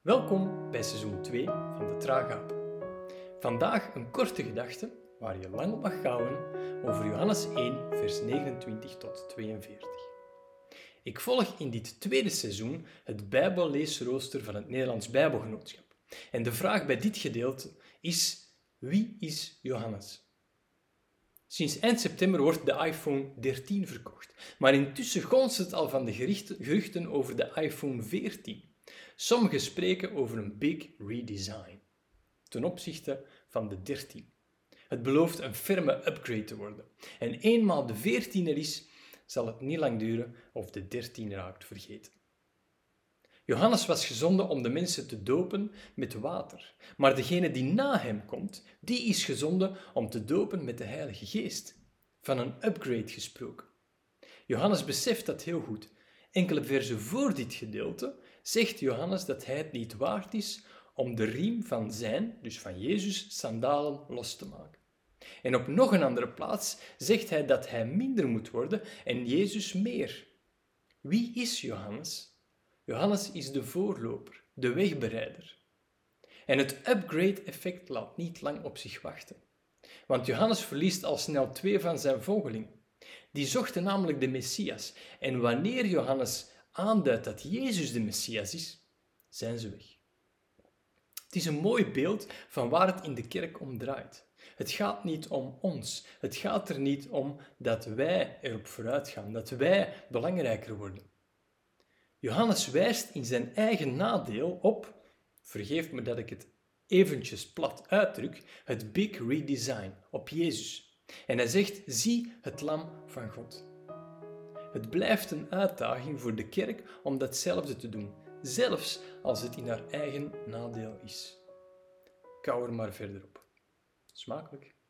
Welkom bij seizoen 2 van De Traagapen. Vandaag een korte gedachte waar je lang op mag houden over Johannes 1, vers 29 tot 42. Ik volg in dit tweede seizoen het Bijbelleesrooster van het Nederlands Bijbelgenootschap. En de vraag bij dit gedeelte is: wie is Johannes? Sinds eind september wordt de iPhone 13 verkocht, maar intussen gonst het al van de geruchten over de iPhone 14. Sommigen spreken over een big redesign ten opzichte van de 13. Het belooft een ferme upgrade te worden. En eenmaal de 14 er is, zal het niet lang duren of de 13 raakt vergeten. Johannes was gezonden om de mensen te dopen met water. Maar degene die na hem komt, die is gezonden om te dopen met de Heilige Geest. Van een upgrade gesproken. Johannes beseft dat heel goed. Enkele verzen voor dit gedeelte zegt Johannes dat hij het niet waard is om de riem van zijn, dus van Jezus, sandalen los te maken. En op nog een andere plaats zegt hij dat hij minder moet worden en Jezus meer. Wie is Johannes? Johannes is de voorloper, de wegbereider. En het upgrade-effect laat niet lang op zich wachten. Want Johannes verliest al snel 2 van zijn volgelingen. Die zochten namelijk de Messias. En wanneer Johannes aanduidt dat Jezus de Messias is, zijn ze weg. Het is een mooi beeld van waar het in de kerk om draait. Het gaat niet om ons. Het gaat er niet om dat wij erop vooruit gaan, dat wij belangrijker worden. Johannes wijst in zijn eigen nadeel op, vergeef me dat ik het eventjes plat uitdruk, het big redesign, op Jezus. En hij zegt, zie het lam van God. Het blijft een uitdaging voor de kerk om datzelfde te doen, zelfs als het in haar eigen nadeel is. Kou er maar verder op. Smakelijk.